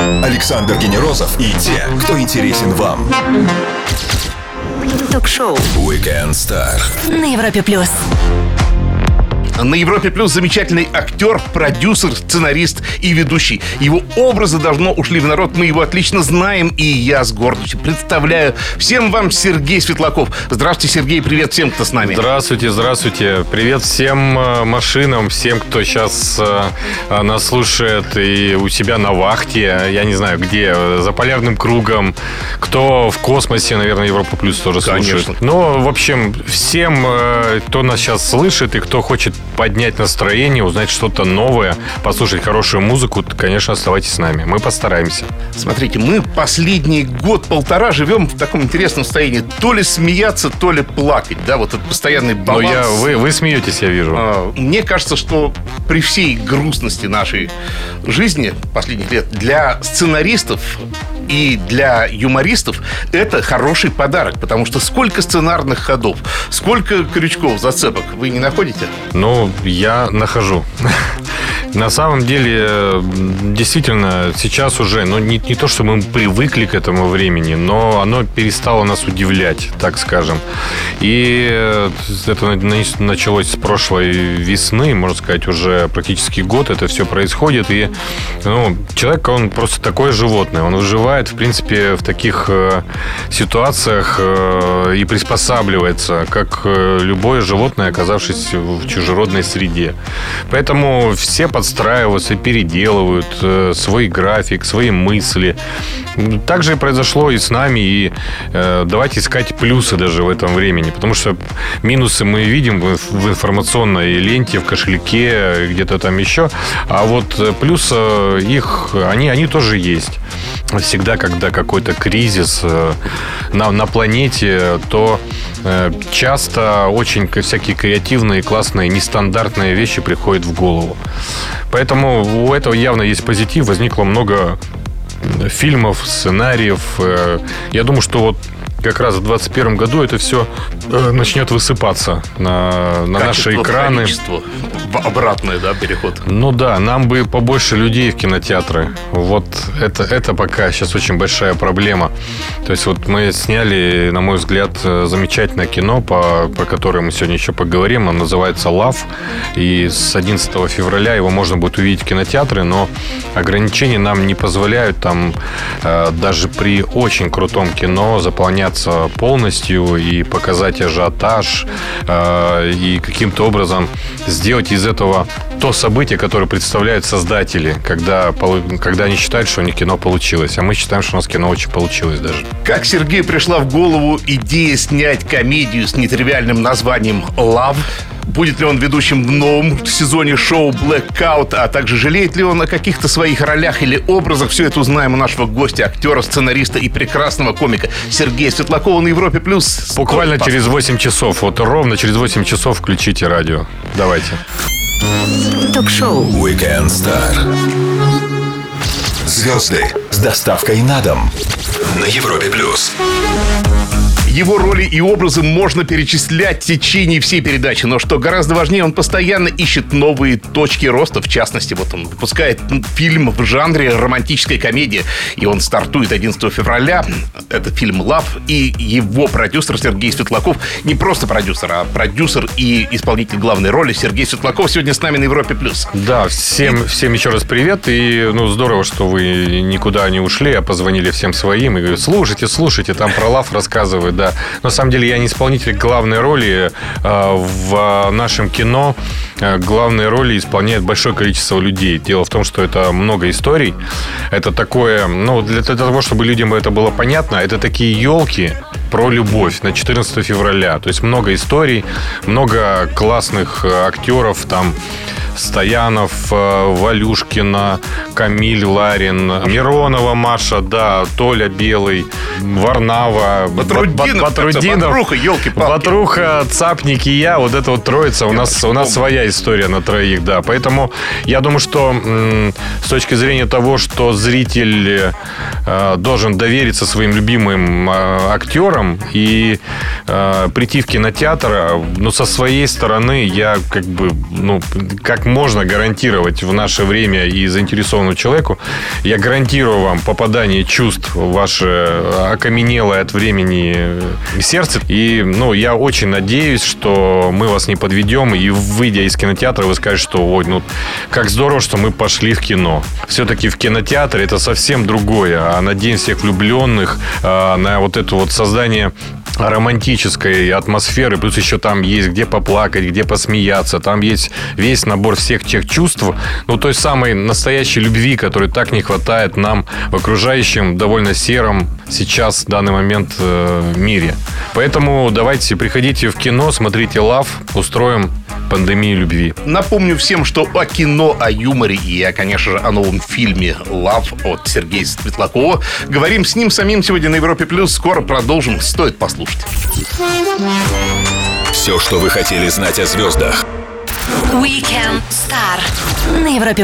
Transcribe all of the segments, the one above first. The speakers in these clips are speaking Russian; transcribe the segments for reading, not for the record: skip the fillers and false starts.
Александр Генерозов и те, кто интересен вам. Ток-шоу Weekend Star на Европе+. На Европе Плюс замечательный актер, продюсер, сценарист и ведущий. Его образы давно ушли в народ, мы его отлично знаем, и я с гордостью представляю всем вам Сергей Светлаков. Здравствуйте, Сергей, привет всем, кто с нами. Здравствуйте, здравствуйте. Привет всем машинам, всем, кто сейчас нас слушает и у себя на вахте, я не знаю где, за полярным кругом, кто в космосе, наверное, Европа Плюс тоже слушает. Конечно. Но, в общем, всем, кто нас сейчас слышит и кто хочет поднять настроение, узнать что-то новое, послушать хорошую музыку, конечно, оставайтесь с нами. Мы постараемся. Смотрите, мы последний год-полтора живем в таком интересном состоянии. То ли смеяться, то ли плакать. Да, вот этот постоянный баланс. Но вы смеетесь, я вижу. Мне кажется, что при всей грустности нашей жизни последних лет для сценаристов и для юмористов это хороший подарок, потому что сколько сценарных ходов, сколько крючков, зацепок вы не находите? Ну, я нахожу. На самом деле, действительно, сейчас уже, не то, что мы привыкли к этому времени, но оно перестало нас удивлять, так скажем. И это началось с прошлой весны, можно сказать, уже практически год это все происходит. И человек, он просто такое животное, он выживает, в принципе, в таких ситуациях и приспосабливается, как любое животное, оказавшись в чужеродной среде. Поэтому все подстраиваются, переделывают свой график, свои мысли. Так же и произошло и с нами. И давайте искать плюсы даже в этом времени. Потому что минусы мы видим в информационной ленте, в кошельке, где-то там еще. А вот плюсы они тоже есть. Всегда, когда какой-то кризис на планете, то часто очень всякие креативные, классные, нестандартные вещи приходят в голову. Поэтому у этого явно есть позитив. Возникло много фильмов, сценариев. Я думаю, что вот как раз в 2021 году это все начнет высыпаться на наши экраны. Качество, обратный, да, переход. Ну да, нам бы побольше людей в кинотеатры. Вот это пока сейчас очень большая проблема. То есть вот мы сняли, на мой взгляд, замечательное кино, про которое мы сегодня еще поговорим. Оно называется «Love». И с 11 февраля его можно будет увидеть в кинотеатре, но ограничения нам не позволяют там даже при очень крутом кино заполнять полностью и показать ажиотаж и каким-то образом сделать из этого то событие, которое представляют создатели, когда они считают, что у них кино получилось. А мы считаем, что у нас кино очень получилось даже. Как Сергею пришла в голову идея снять комедию с нетривиальным названием «Love»? Будет ли он ведущим в новом сезоне шоу «Blackout», а также жалеет ли он о каких-то своих ролях или образах? Все это узнаем у нашего гостя, актера, сценариста и прекрасного комика Сергея Светлакова на Европе+. Буквально через 8 часов, вот ровно через 8 часов включите радио. Давайте. Ток-шоу Weekend Star. Звезды с доставкой на дом на Европе+. Его роли и образы можно перечислять в течение всей передачи, но что гораздо важнее, он постоянно ищет новые точки роста. В частности, вот он выпускает фильм в жанре романтическая комедия, и он стартует 11 февраля. Это фильм «Love», и его продюсер Сергей Светлаков, не просто продюсер, а продюсер и исполнитель главной роли Сергей Светлаков сегодня с нами на Европе+. Да, всем еще раз привет, и здорово, что вы никуда не ушли, а позвонили всем своим и говорят: слушайте, там про «Love» рассказывают. Да. На самом деле я не исполнитель главной роли в нашем кино. Главные роли исполняет большое количество людей. Дело в том, что это много историй. Это такое, для того, чтобы людям это было понятно, это такие елки про любовь на 14 февраля. То есть много историй, много классных актеров там. Стоянов, Валюшкина, Камиль Ларин, Миронова Маша, да, Толя Белый, Варнава, Батрудинов, Батруха, Цапник и я. Вот это вот троица. У нас своя история на троих, да. Поэтому я думаю, что с точки зрения того, что зритель должен довериться своим любимым актерам и прийти в кинотеатр, со своей стороны я как можно гарантировать в наше время и заинтересованному человеку. Я гарантирую вам попадание чувств в ваше окаменелое от времени сердце. И, я очень надеюсь, что мы вас не подведем, и, выйдя из кинотеатра, вы скажете, что ой, как здорово, что мы пошли в кино. Все-таки в кинотеатре это совсем другое. А на День всех влюбленных, на вот это вот создание романтической атмосферы, плюс еще там есть где поплакать, где посмеяться, там есть весь набор всех тех чувств, той самой настоящей любви, которой так не хватает нам в окружающем, довольно сером сейчас, в данный момент мире. Поэтому давайте приходите в кино, смотрите Love, устроим пандемию любви. Напомню всем, что о кино, о юморе и, конечно же, о новом фильме «Love» от Сергея Светлакова говорим с ним самим сегодня на Европе+. Скоро продолжим. Стоит послушать. Все, что вы хотели знать о звездах. Weekend Star на Европе+.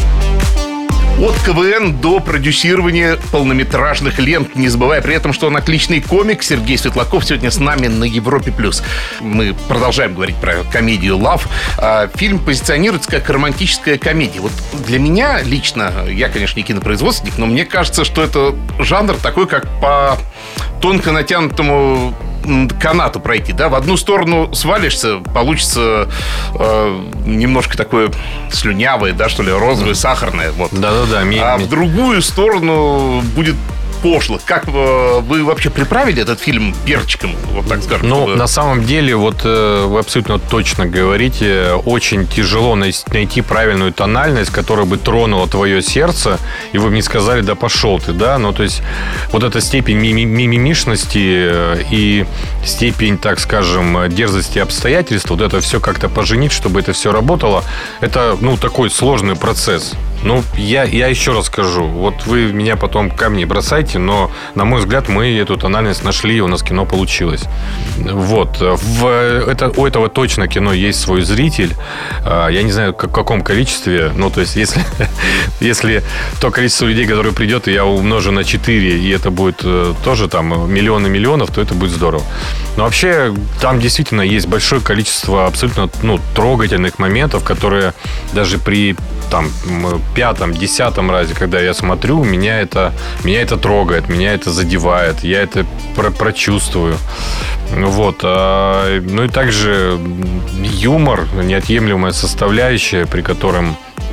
От КВН до продюсирования полнометражных лент, не забывая при этом, что он отличный комик. Сергей Светлаков сегодня с нами на Европе+. Мы продолжаем говорить про комедию «Love». Фильм позиционируется как романтическая комедия. Вот для меня лично, я, конечно, не кинопроизводственник, но мне кажется, что это жанр такой, как по тонко натянутому канату пройти, да, в одну сторону свалишься, получится немножко такое слюнявое, да, что ли, розовое, сахарное, вот. Да-да-да. А в другую сторону будет пошло. Как вы вообще приправили этот фильм перчиком, вот так скажем? На самом деле, вот вы абсолютно точно говорите, очень тяжело найти правильную тональность, которая бы тронула твое сердце, и вы бы не сказали, да пошел ты, да? То есть, вот эта степень мимимишности и степень, так скажем, дерзости обстоятельств, вот это все как-то поженить, чтобы это все работало, это, такой сложный процесс. Я еще раз скажу. Вот вы меня потом камни бросайте, но, на мой взгляд, мы эту тональность нашли, и у нас кино получилось. Вот. У этого точно кино есть свой зритель. Я не знаю, в каком количестве. То есть, если то количество людей, которое придет, я умножу на 4, и это будет тоже там миллионы миллионов, то это будет здорово. Но вообще, там действительно есть большое количество абсолютно трогательных моментов, которые даже при пятом, 10 разе, когда я смотрю, меня это трогает, меня это задевает, я это прочувствую. Вот. И также юмор, неотъемлемая составляющая, при котором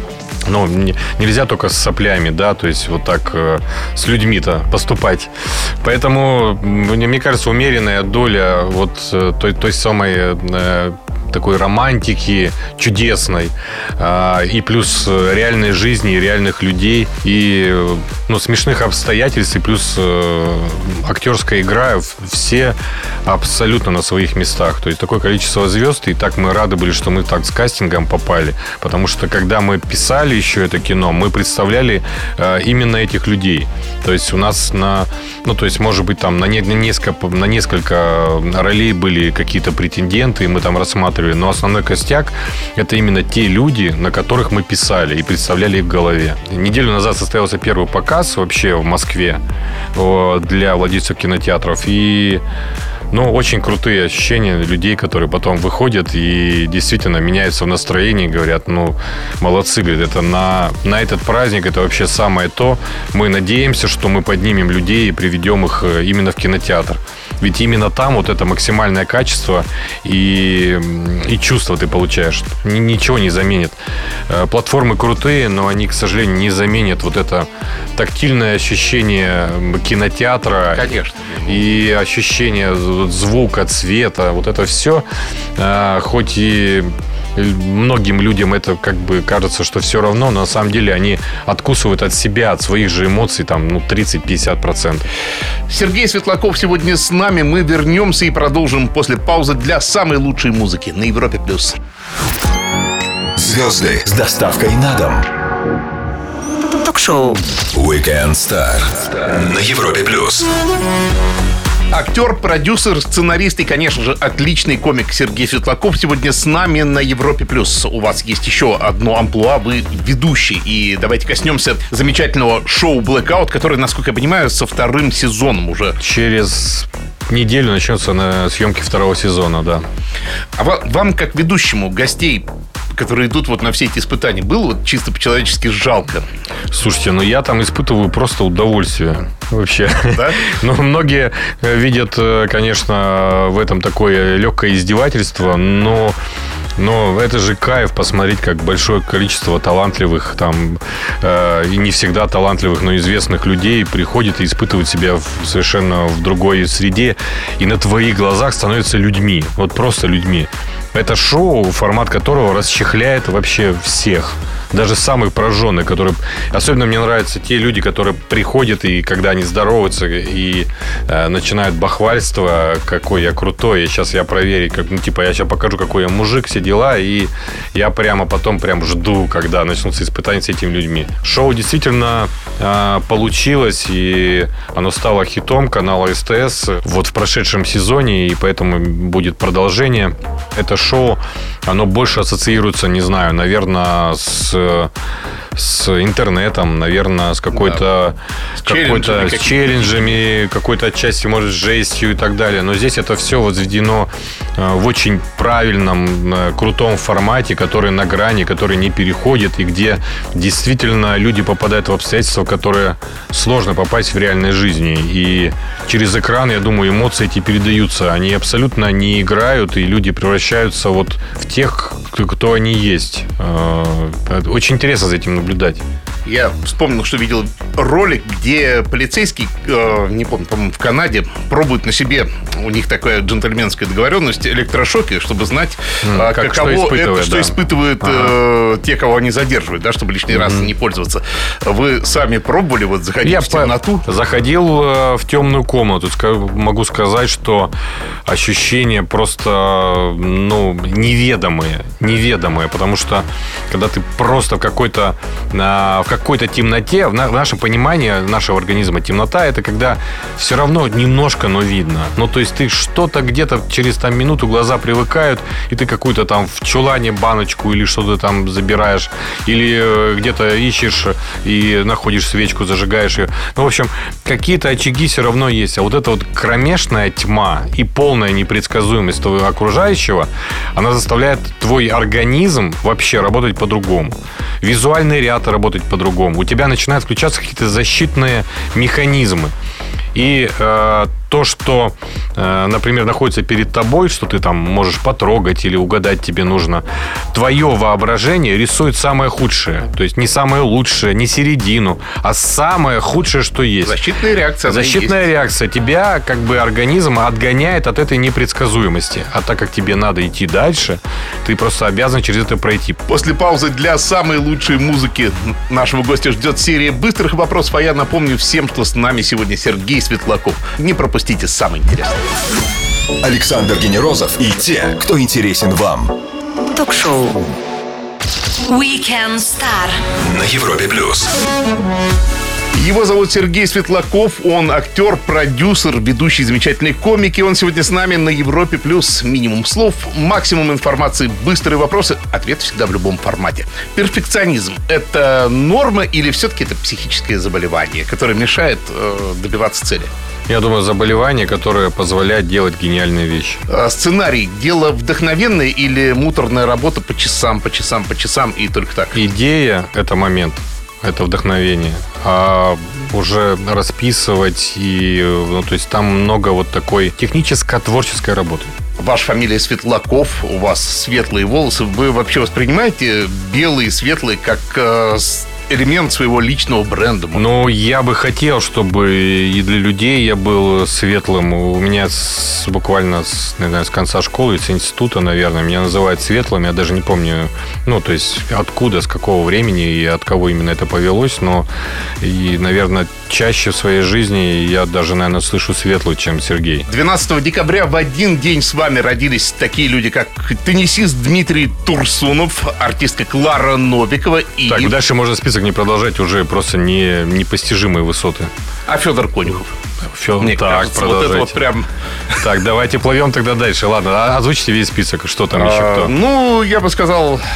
нельзя только с соплями, да, то есть вот так с людьми-то поступать. Поэтому, мне кажется, умеренная доля вот той самой такой романтики чудесной, и плюс реальной жизни, и реальных людей, и смешных обстоятельств, и плюс актерская игра, все абсолютно на своих местах. То есть такое количество звезд, и так мы рады были, что мы так с кастингом попали, потому что когда мы писали еще это кино, мы представляли именно этих людей. То есть у нас может быть, там на несколько ролей были какие-то претенденты, и мы там рассматривали. Но основной костяк – это именно те люди, на которых мы писали и представляли их в голове. Неделю назад состоялся первый показ вообще в Москве для владельцев кинотеатров. И очень крутые ощущения людей, которые потом выходят и действительно меняются в настроении, говорят, молодцы, говорят, это на этот праздник, это вообще самое то. Мы надеемся, что мы поднимем людей и приведем их именно в кинотеатр. Ведь именно там вот это максимальное качество и чувство ты получаешь. Ничего не заменит. Платформы крутые, но они, к сожалению, не заменят вот это тактильное ощущение кинотеатра. Конечно. И ощущение звука, цвета. Вот это все, хоть и многим людям это как бы кажется, что все равно, но на самом деле они откусывают от себя, от своих же эмоций 30-50%. Сергей Светлаков сегодня с нами. Мы вернемся и продолжим после паузы для самой лучшей музыки на Европе+. Звезды с доставкой на дом. Ток-шоу Weekend Star на Европе+. Актер, продюсер, сценарист и, конечно же, отличный комик Сергей Светлаков сегодня с нами на Европе+. У вас есть еще одно амплуа, вы ведущий. И давайте коснемся замечательного шоу Blackout, которое, насколько я понимаю, со 2-м сезоном уже. Через неделю начнется на съемки 2-го сезона, да. А вам, как ведущему, гостей которые идут вот на все эти испытания, было вот чисто по-человечески жалко? Слушайте, я там испытываю просто удовольствие вообще. Да? Многие видят, конечно, в этом такое легкое издевательство, но это же кайф посмотреть, как большое количество талантливых, и не всегда талантливых, но известных людей приходит и испытывает себя совершенно в другой среде, и на твоих глазах становятся людьми, вот просто людьми. Это шоу, формат которого расчехляет вообще всех. Даже самых прожженных, которые... Особенно мне нравятся те люди, которые приходят, и когда они здороваются и начинают бахвальство, какой я крутой, и сейчас я проверю, я сейчас покажу, какой я мужик, все дела, и я потом жду, когда начнутся испытания с этими людьми. Шоу действительно получилось, и оно стало хитом канала СТС вот в прошедшем сезоне, и поэтому будет продолжение. Это шоу, оно больше ассоциируется, не знаю, наверное, с интернетом, наверное, с с челленджами, какой-то отчасти, может, с жестью и так далее. Но здесь это все возведено в очень правильном, крутом формате, который на грани, который не переходит, и где действительно люди попадают в обстоятельства, в которые сложно попасть в реальной жизни. И через экран, я думаю, эмоции эти передаются. Они абсолютно не играют, и люди превращаются вот в тех, кто они есть. Очень интересно за этим наблюдать. Я вспомнил, что видел ролик, где полицейский, не помню, по-моему, в Канаде, пробует на себе, у них такая джентльменская договоренность, электрошоки, чтобы знать, что испытывают те, кого они задерживают, да, чтобы лишний раз не пользоваться. Вы сами пробовали заходить в темноту? Заходил в темную комнату. Могу сказать, что ощущения просто, неведомые, потому что когда ты просто в какой-то темноте, в нашем понимании нашего организма темнота — это когда все равно немножко, но видно. То есть ты что-то где-то через минуту глаза привыкают, и ты какую-то в чулане баночку или что-то там забираешь, или где-то ищешь и находишь свечку, зажигаешь ее. В общем, какие-то очаги все равно есть. А вот эта вот кромешная тьма и полная непредсказуемость твоего окружающего, она заставляет твой организм вообще работать по-другому. Визуальный ряд работать по-другому. У тебя начинают включаться какие-то защитные механизмы. И то, что, например, находится перед тобой, что ты там можешь потрогать или угадать тебе нужно, твое воображение рисует самое худшее. То есть не самое лучшее, не середину, а самое худшее, что есть. Защитная реакция. Защитная реакция. Тебя организм отгоняет от этой непредсказуемости. А так как тебе надо идти дальше, ты просто обязан через это пройти. После паузы для самой лучшей музыки нашего гостя ждет серия быстрых вопросов. А я напомню всем, что с нами сегодня Сергей Светлаков. Не пропустите самое интересное. Александр Генерозов и те, кто интересен вам. Ток-шоу Weekend Star На Европе+. Его зовут Сергей Светлаков. Он актер, продюсер, ведущий замечательной комики. Он сегодня с нами на Европе+. Минимум слов, максимум информации, быстрые вопросы. Ответ всегда в любом формате. Перфекционизм – это норма или все-таки это психическое заболевание, которое мешает добиваться цели? Я думаю, заболевание, которое позволяет делать гениальные вещи. Сценарий – дело вдохновенное или муторная работа по часам и только так? Идея – это момент. Это вдохновение. А уже расписывать то есть там много вот такой техническо-творческой работы. Ваша фамилия Светлаков, у вас светлые волосы. Вы вообще воспринимаете белые, светлые как элемент своего личного бренда? Я бы хотел, чтобы и для людей я был светлым. У меня буквально с конца школы, с института, наверное, меня называют светлым. Я даже не помню, то есть откуда, с какого времени и от кого именно это повелось. И, наверное, чаще в своей жизни я даже, наверное, слышу светлую, чем Сергей. 12 декабря в один день с вами родились такие люди, как теннисист Дмитрий Турсунов, артистка Клара Новикова и... Так, дальше можно список не продолжать, уже просто непостижимые высоты. А Федор Конюхов? Мне кажется, продолжайте. Вот это вот прям... Так, давайте плывем тогда дальше. Ладно, озвучите весь список, что там еще кто? Я бы сказал,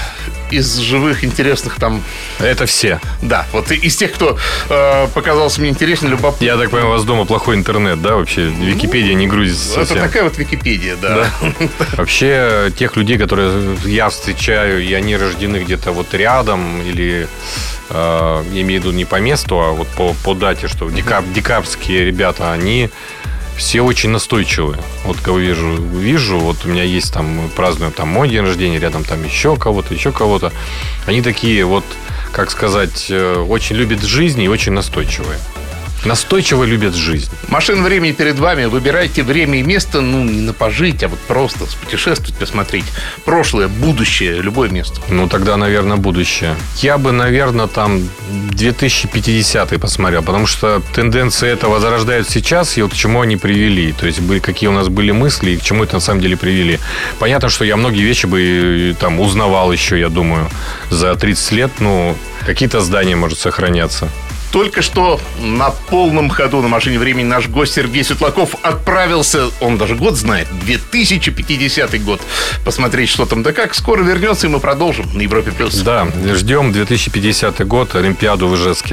из живых, интересных там... Это все. Да, вот из тех, кто показался мне интересен, любопытным. Я так понимаю, у вас дома плохой интернет, да? Вообще Википедия не грузится совсем. Это такая вот Википедия, да. Вообще, тех людей, которые я встречаю, и они рождены где-то вот рядом, или я имею в виду не по месту, а вот по дате, что декабрьские ребята, они все очень настойчивые. Вот кого вижу, вот у меня есть там, праздную там мой день рождения, рядом там еще кого-то. Они такие вот, как сказать, очень любят жизнь и очень настойчивые. Настойчиво любят жизнь. Машина времени перед вами. Выбирайте время и место, ну, не на пожить, а вот просто путешествовать, посмотреть. Прошлое, будущее, любое место. Ну, тогда, наверное, будущее. Я бы, наверное, там 2050-й посмотрел, потому что тенденции этого зарождают сейчас, и вот к чему они привели. То есть, какие у нас были мысли, и к чему это на самом деле привели. Понятно, что я многие вещи бы там узнавал еще, я думаю, за 30 лет. Ну, какие-то здания, может, сохраняться. Только что на полном ходу на машине времени наш гость Сергей Светлаков отправился, он даже год знает, 2050 год, посмотреть, что там да как. Скоро вернется, и мы продолжим на Европе+. Да, ждем 2050 год, Олимпиаду в Ижевске.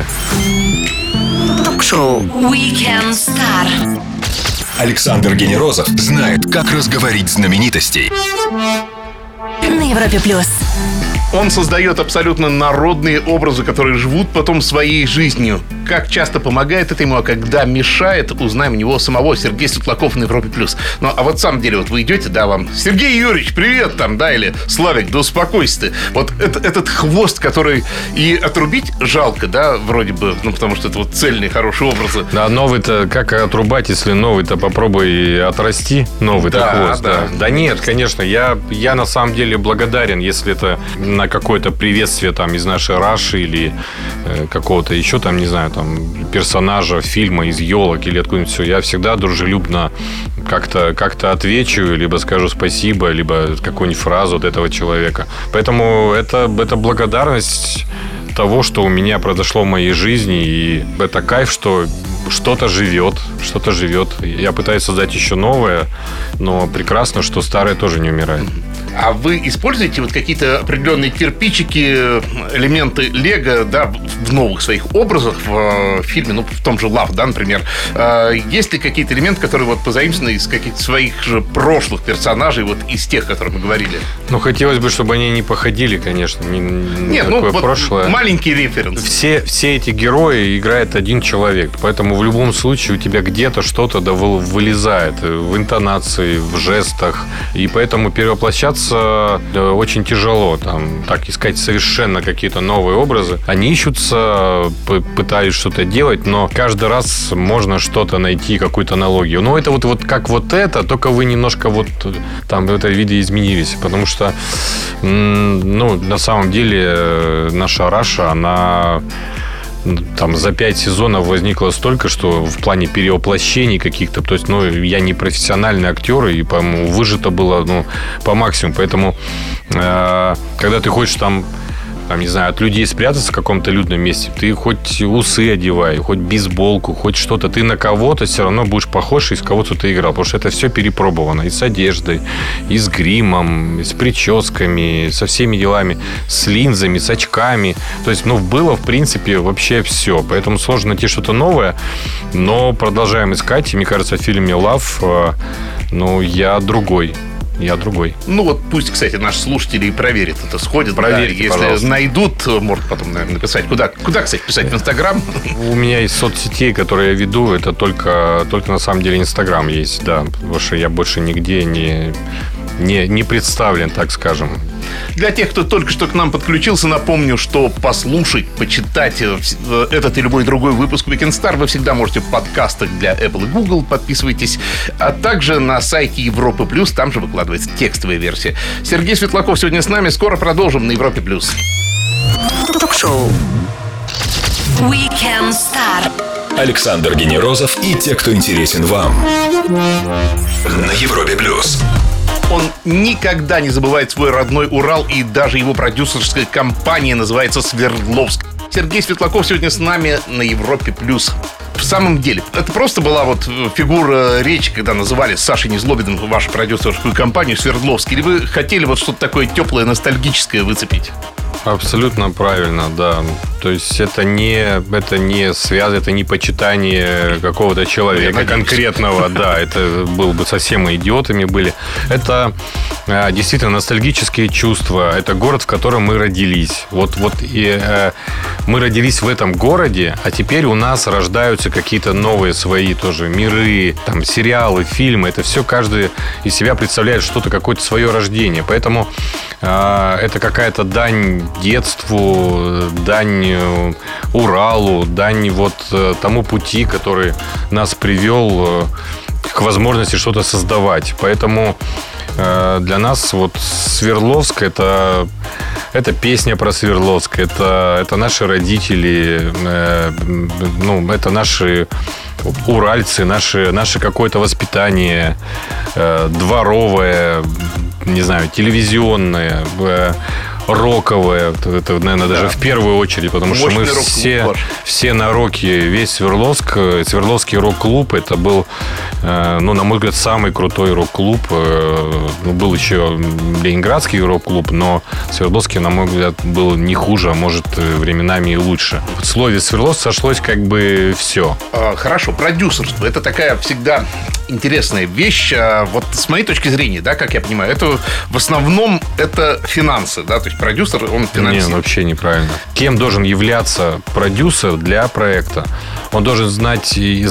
Ток-шоу We Can Start. Александр Генерозов знает, как разговорить знаменитостей. На Европе+. Он создает абсолютно народные образы, которые живут потом своей жизнью. Как часто помогает это ему, а когда мешает, узнаем у него самого. Сергей Светлаков на Европе+. Ну, а вот в самом деле, вот вы идете, да, вам: Сергей Юрьевич, привет, там, да, или Славик, да успокойся ты. Вот этот хвост, который и отрубить жалко, да, вроде бы, ну, потому что это вот цельные, хорошие образы. Да, новый-то, как отрубать, если новый-то попробуй отрасти, новый-то хвост. Да нет, конечно, я на самом деле благодарен, если это на какое-то приветствие там из нашей Раши или какого-то еще там, не знаю, там персонажа фильма из «Елок» или откуда-нибудь все. Я всегда дружелюбно как-то отвечу, либо скажу спасибо, либо какую-нибудь фразу от этого человека. Поэтому это благодарность того, что у меня произошло в моей жизни, и это кайф, что что-то живет. Я пытаюсь создать еще новое, но прекрасно, что старое тоже не умирает. А вы используете вот какие-то определенные кирпичики, элементы Лего, да, в новых своих образах в фильме, ну, в том же «Лав», да, например? Есть ли какие-то элементы, которые вот позаимствованы из каких-то своих же прошлых персонажей, вот из тех, о которых мы говорили? Ну, хотелось бы, чтобы они не походили, конечно. Нет, ну, вот прошлое. Маленький референс. Все эти герои играет один человек, поэтому в любом случае у тебя где-то что-то вылезает в интонации, в жестах, и поэтому перевоплощаться очень тяжело, там, так искать совершенно какие-то новые образы. Они ищутся, пытаются что-то делать, но каждый раз можно что-то найти, какую-то аналогию. Но это вот как вот это, только вы немножко вот там в этом виде изменились, потому что, ну, на самом деле наша Раша, она там за 5 сезонов возникло столько, что в плане перевоплощений каких-то, то есть, ну, я не профессиональный актер, и, по-моему, выжито было, ну, по максимуму. Поэтому, когда ты хочешь там, не знаю, от людей спрятаться в каком-то людном месте, ты хоть усы одевай, хоть бейсболку, хоть что-то, ты на кого-то все равно будешь похож, из кого-то ты играл, потому что это все перепробовано и с одеждой, и с гримом, и с прическами, со всеми делами, с линзами, с очками. То есть, ну, было, в принципе, вообще все. Поэтому сложно найти что-то новое, но продолжаем искать. И, мне кажется, в фильме «Лав», ну, я другой. Ну вот пусть, кстати, наши слушатели и проверят это, сходят. Проверьте, да, если пожалуйста. Найдут, может потом, наверное, написать. Куда, кстати, писать? В Инстаграм? У меня из соцсетей, которые я веду, это только на самом деле Инстаграм есть, да. Потому что я больше нигде не представлен, так скажем. Для тех, кто только что к нам подключился, напомню, что послушать, почитать этот и любой другой выпуск Weekend Star вы всегда можете в подкастах для Apple и Google. Подписывайтесь. А также на сайте Европы+, там же выкладывается текстовая версия. Сергей Светлаков сегодня с нами. Скоро продолжим на Европе+. Ток-шоу Weekend Star. Александр Генерозов и те, кто интересен вам. На Европе+. Он никогда не забывает свой родной Урал, и даже его продюсерская компания называется «Свердловск». Сергей Светлаков сегодня с нами на Европе+. В самом деле, это просто была вот фигура речи, когда называли Сашей Незлобиным вашу продюсерскую компанию «Свердловск», или вы хотели вот что-то такое теплое, ностальгическое выцепить? Абсолютно правильно, да. То есть это не связь, это не почитание какого-то человека конкретного, да, это было бы совсем мы идиотами были. Это действительно ностальгические чувства. Это город, в котором мы родились. Мы родились в этом городе, а теперь у нас рождаются какие-то новые свои тоже миры, там, сериалы, фильмы. Это все каждый из себя представляет что-то, какое-то свое рождение. Поэтому это какая-то дань детству, дань Уралу, дань тому пути, который нас привел к возможности что-то создавать. Поэтому для нас Свердловск это песня про Свердловск, это наши родители, это наши уральцы, наше какое-то воспитание дворовое, не знаю, телевизионное, роковое. Это, наверное, даже в первую очередь, потому что мы все на роке, весь Свердловский рок-клуб, это был, на мой взгляд, самый крутой рок-клуб. Был еще Ленинградский рок-клуб, но Свердловский, на мой взгляд, был не хуже, а может, временами и лучше. В слове Свердловск сошлось как бы все. Хорошо, продюсерство. Это такая всегда интересная вещь. С моей точки зрения, да, как я понимаю, это в основном это финансы, да, то есть продюсер, он финансист. Нет, вообще неправильно. Кем должен являться продюсер для проекта? Он должен знать,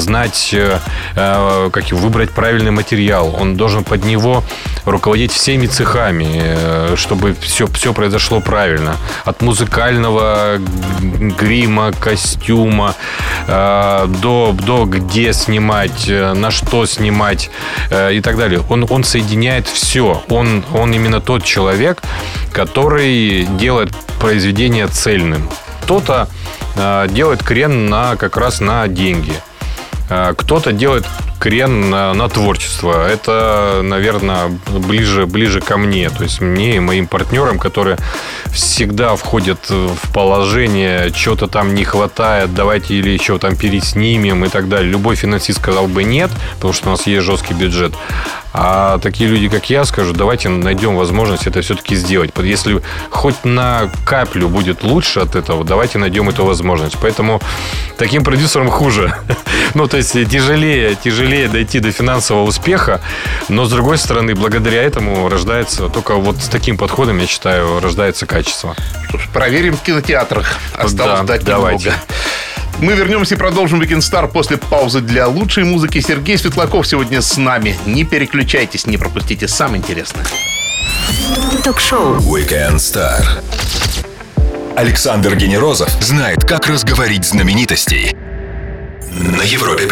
как выбрать правильный материал. Он должен под него руководить всеми цехами, чтобы все произошло правильно. От музыкального грима, костюма до где снимать, на что снимать и так далее. Он соединяет все. Он именно тот человек, который делает произведение цельным. Кто-то делает крен как раз на деньги. Кто-то делает крен на творчество. Это, наверное, ближе ко мне. То есть мне и моим партнерам, которые всегда входят в положение, чего-то там не хватает, давайте или еще там переснимем и так далее. Любой финансист сказал бы нет, потому что у нас есть жесткий бюджет. А такие люди, как я, скажут, давайте найдем возможность это все-таки сделать. Если хоть на каплю будет лучше от этого, давайте найдем эту возможность. Поэтому таким продюсерам хуже. То есть тяжелее дойти до финансового успеха. Но, с другой стороны, благодаря этому рождается, только с таким подходом, я считаю, рождается качество. Что ж, проверим в кинотеатрах. Осталось ждать давайте. немного. Мы вернемся и продолжим Weekend Star после паузы для лучшей музыки. Сергей Светлаков сегодня с нами. Не переключайтесь, не пропустите самое интересное. Ток-шоу Weekend Star. Александр Генерозов знает, как разговорить знаменитостей на Европе+.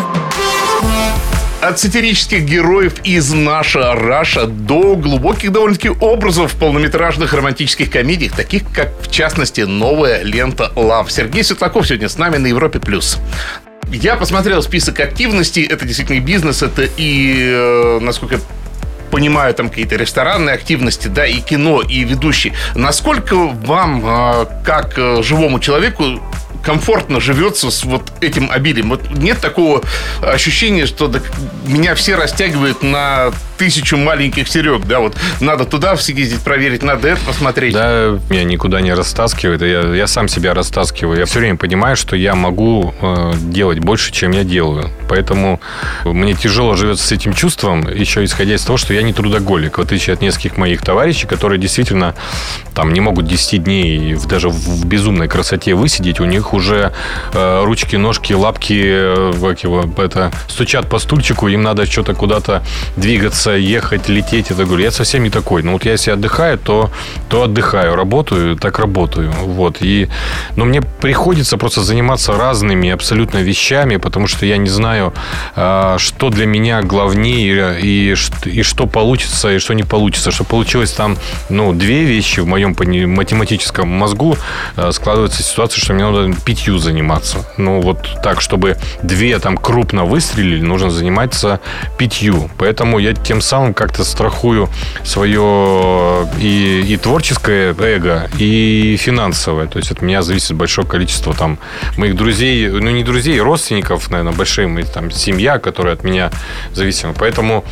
От сатирических героев из «Наша Раша» до глубоких довольно-таки образов в полнометражных романтических комедиях, таких как, в частности, новая лента «Love». Сергей Светлаков сегодня с нами на Европе+. Я посмотрел список активностей. Это действительно и бизнес, это и, насколько я понимаю, там какие-то ресторанные активности, да, и кино, и ведущие. Насколько вам, как живому человеку, комфортно живется с этим обилием? Нет такого ощущения, что меня все растягивают на 1000 маленьких Серег, да, надо туда съездить, проверить, надо это посмотреть. Да, меня никуда не растаскивает, я сам себя растаскиваю. Я все время понимаю, что я могу делать больше, чем я делаю. Поэтому мне тяжело живется с этим чувством, еще исходя из того, что я не трудоголик, в отличие от нескольких моих товарищей, которые действительно там не могут 10 дней даже в безумной красоте высидеть. У них уже ручки, ножки, лапки стучат по стульчику, им надо что-то куда-то двигаться, ехать, лететь. Я говорю, я совсем не такой. Я если отдыхаю, то отдыхаю, работаю, так работаю. Но мне приходится просто заниматься разными абсолютно вещами, потому что я не знаю, что для меня главнее и что получится, и что не получится. Что получилось там, 2 вещи в моем математическом мозгу. Складывается ситуация, что мне надо 5 заниматься. Так, чтобы 2 там крупно выстрелили, нужно заниматься 5. Поэтому я тем самым как-то страхую свое и творческое эго, и финансовое. То есть от меня зависит большое количество там моих друзей, не друзей, родственников, наверное, большие, мы там семья, которая от меня зависима. Поэтому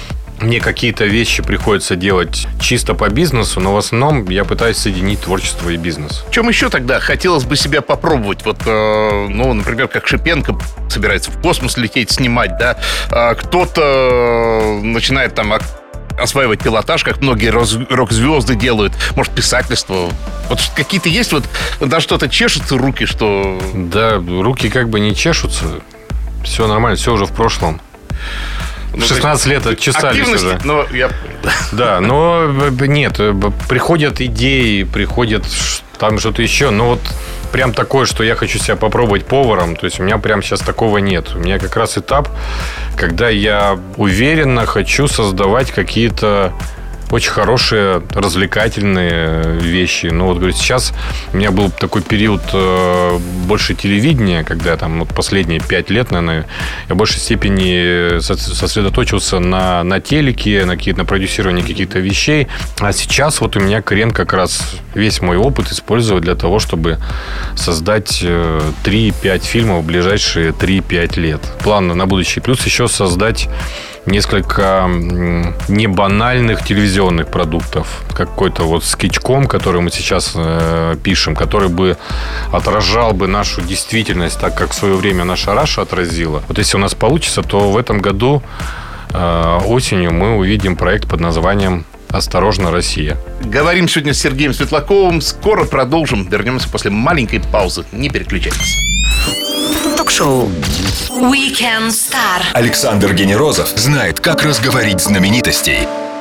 мне какие-то вещи приходится делать чисто по бизнесу, но в основном я пытаюсь соединить творчество и бизнес. В чем еще тогда хотелось бы себя попробовать? Вот, например, как Шипенко собирается в космос лететь, снимать, да? Кто-то начинает там осваивать пилотаж, как многие рок-звезды делают. Может, писательство. Вот какие-то есть, вот на что-то чешутся руки, что... Да, руки как бы не чешутся. Все нормально, все уже в прошлом. 16 лет отчесались уже. Но Да, но нет, приходят идеи, приходят там что-то еще. Но вот прям такое, что я хочу себя попробовать поваром, то есть у меня прям сейчас такого нет. У меня как раз этап, когда я уверенно хочу создавать какие-то очень хорошие, развлекательные вещи. Ну, вот, говорю, сейчас у меня был такой период больше телевидения, когда я там последние 5 лет, наверное, я в большей степени сосредоточился на телеке, на продюсировании каких-то вещей. А сейчас вот у меня крен как раз весь мой опыт использовать для того, чтобы создать 3-5 фильмов в ближайшие 3-5 лет. План на будущее. Плюс еще создать несколько небанальных телевизионных продуктов. Какой-то вот скетчком, который мы сейчас пишем, который бы отражал бы нашу действительность, так как в свое время наша Раша отразила. Вот если у нас получится, то в этом году осенью мы увидим проект под названием «Осторожно, Россия». Говорим сегодня с Сергеем Светлаковым. Скоро продолжим. Вернемся после маленькой паузы. Не переключайтесь. Ток-шоу Weekend Star. Александр Генерозов знает, как разговорить знаменитостей.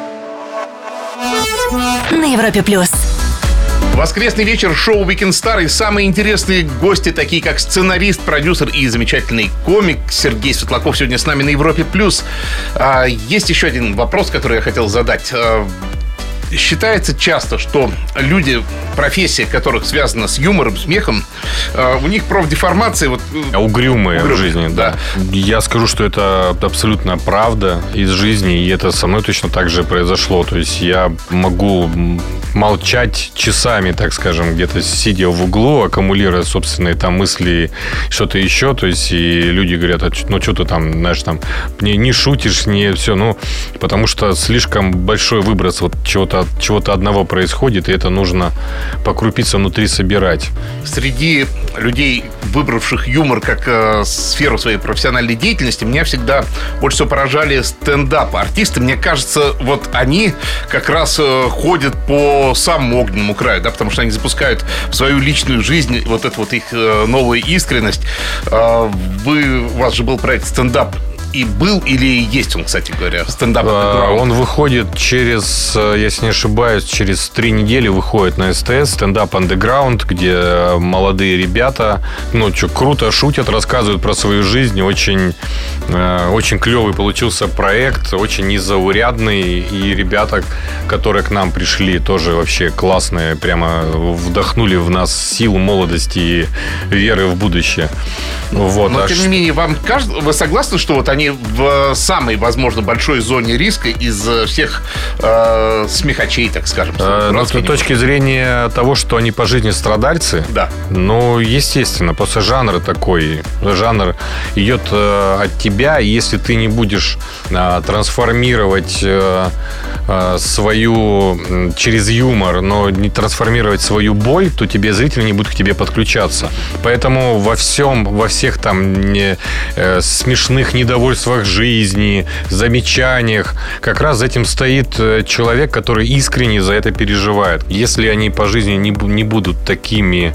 На Европе плюс. Воскресный вечер, шоу Weekend Star. И самые интересные гости, такие как сценарист, продюсер и замечательный комик Сергей Светлаков, сегодня с нами на Европе плюс. Есть еще один вопрос, который я хотел задать. Считается часто, что люди, профессия которых связана с юмором, смехом, у них профдеформация. Угрюмые в жизни, да. Я скажу, что это абсолютно правда из жизни, и это со мной точно так же произошло. То есть я могу молчать часами, так скажем, где-то сидя в углу, аккумулируя собственные там мысли, что-то еще. То есть и люди говорят, ну что ты там, знаешь, там не шутишь, не все. Ну, потому что слишком большой выброс вот чего-то одного происходит, и это нужно по крупице внутри собирать. Среди людей, выбравших юмор как сферу своей профессиональной деятельности, меня всегда больше всего поражали стендап-артисты. Мне кажется, вот они как раз ходят по самому огненному краю, да, потому что они запускают в свою личную жизнь вот эту вот их новую искренность. У вас же был проект «Стендап». И был или есть он, кстати говоря, стендап? Он выходит через, если не ошибаюсь, через 3 недели выходит на СТС «Стендап Underground», где молодые ребята, круто шутят, рассказывают про свою жизнь. Очень клевый получился проект, очень незаурядный. И ребята, которые к нам пришли, тоже вообще классные. Прямо вдохнули в нас силу молодости и веры в будущее. Вот. Но, тем не менее, вы согласны, что вот они в самой, возможно, большой зоне риска из всех смехачей, так скажем? С точки зрения того, что они по жизни страдальцы, да. Ну, естественно, просто жанр такой. Жанр идет от тебя, и если ты не будешь трансформировать свою через юмор, но не трансформировать свою боль, то тебе зрители не будут к тебе подключаться. Поэтому во всех там смешных недовольствах жизни, замечаниях, как раз за этим стоит человек, который искренне за это переживает. Если они по жизни не будут такими,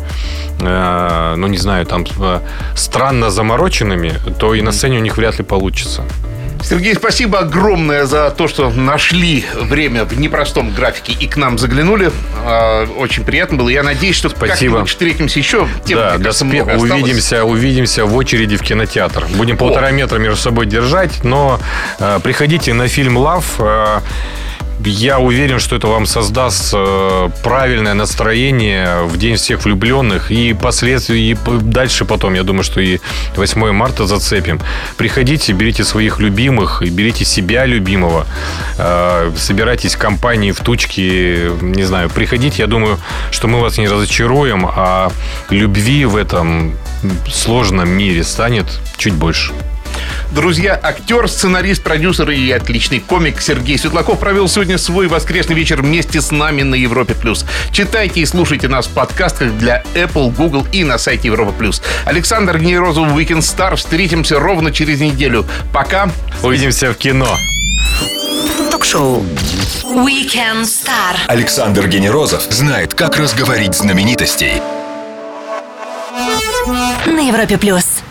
странно замороченными, то и на сцене у них вряд ли получится. Сергей, спасибо огромное за то, что нашли время в непростом графике и к нам заглянули. Очень приятно было. Я надеюсь, что как-нибудь встретимся еще. Увидимся в очереди в кинотеатр. Будем 1,5 метра между собой держать, но приходите на фильм «Love». Я уверен, что это вам создаст правильное настроение в День всех влюбленных. И последствия, и дальше потом, я думаю, что и 8 марта зацепим. Приходите, берите своих любимых, и берите себя любимого. Собирайтесь в компании, в тучке, не знаю, приходите. Я думаю, что мы вас не разочаруем, а любви в этом сложном мире станет чуть больше. Друзья, актер, сценарист, продюсер и отличный комик Сергей Светлаков провел сегодня свой воскресный вечер вместе с нами на Европе+. Читайте и слушайте нас в подкастах для Apple, Google и на сайте Европа+. Александр Генерозов, Weekend Star. Встретимся ровно через неделю. Пока. Увидимся в кино. Ток-шоу Weekend Star. Александр Генерозов знает, как разговорить знаменитостей. На Европе+.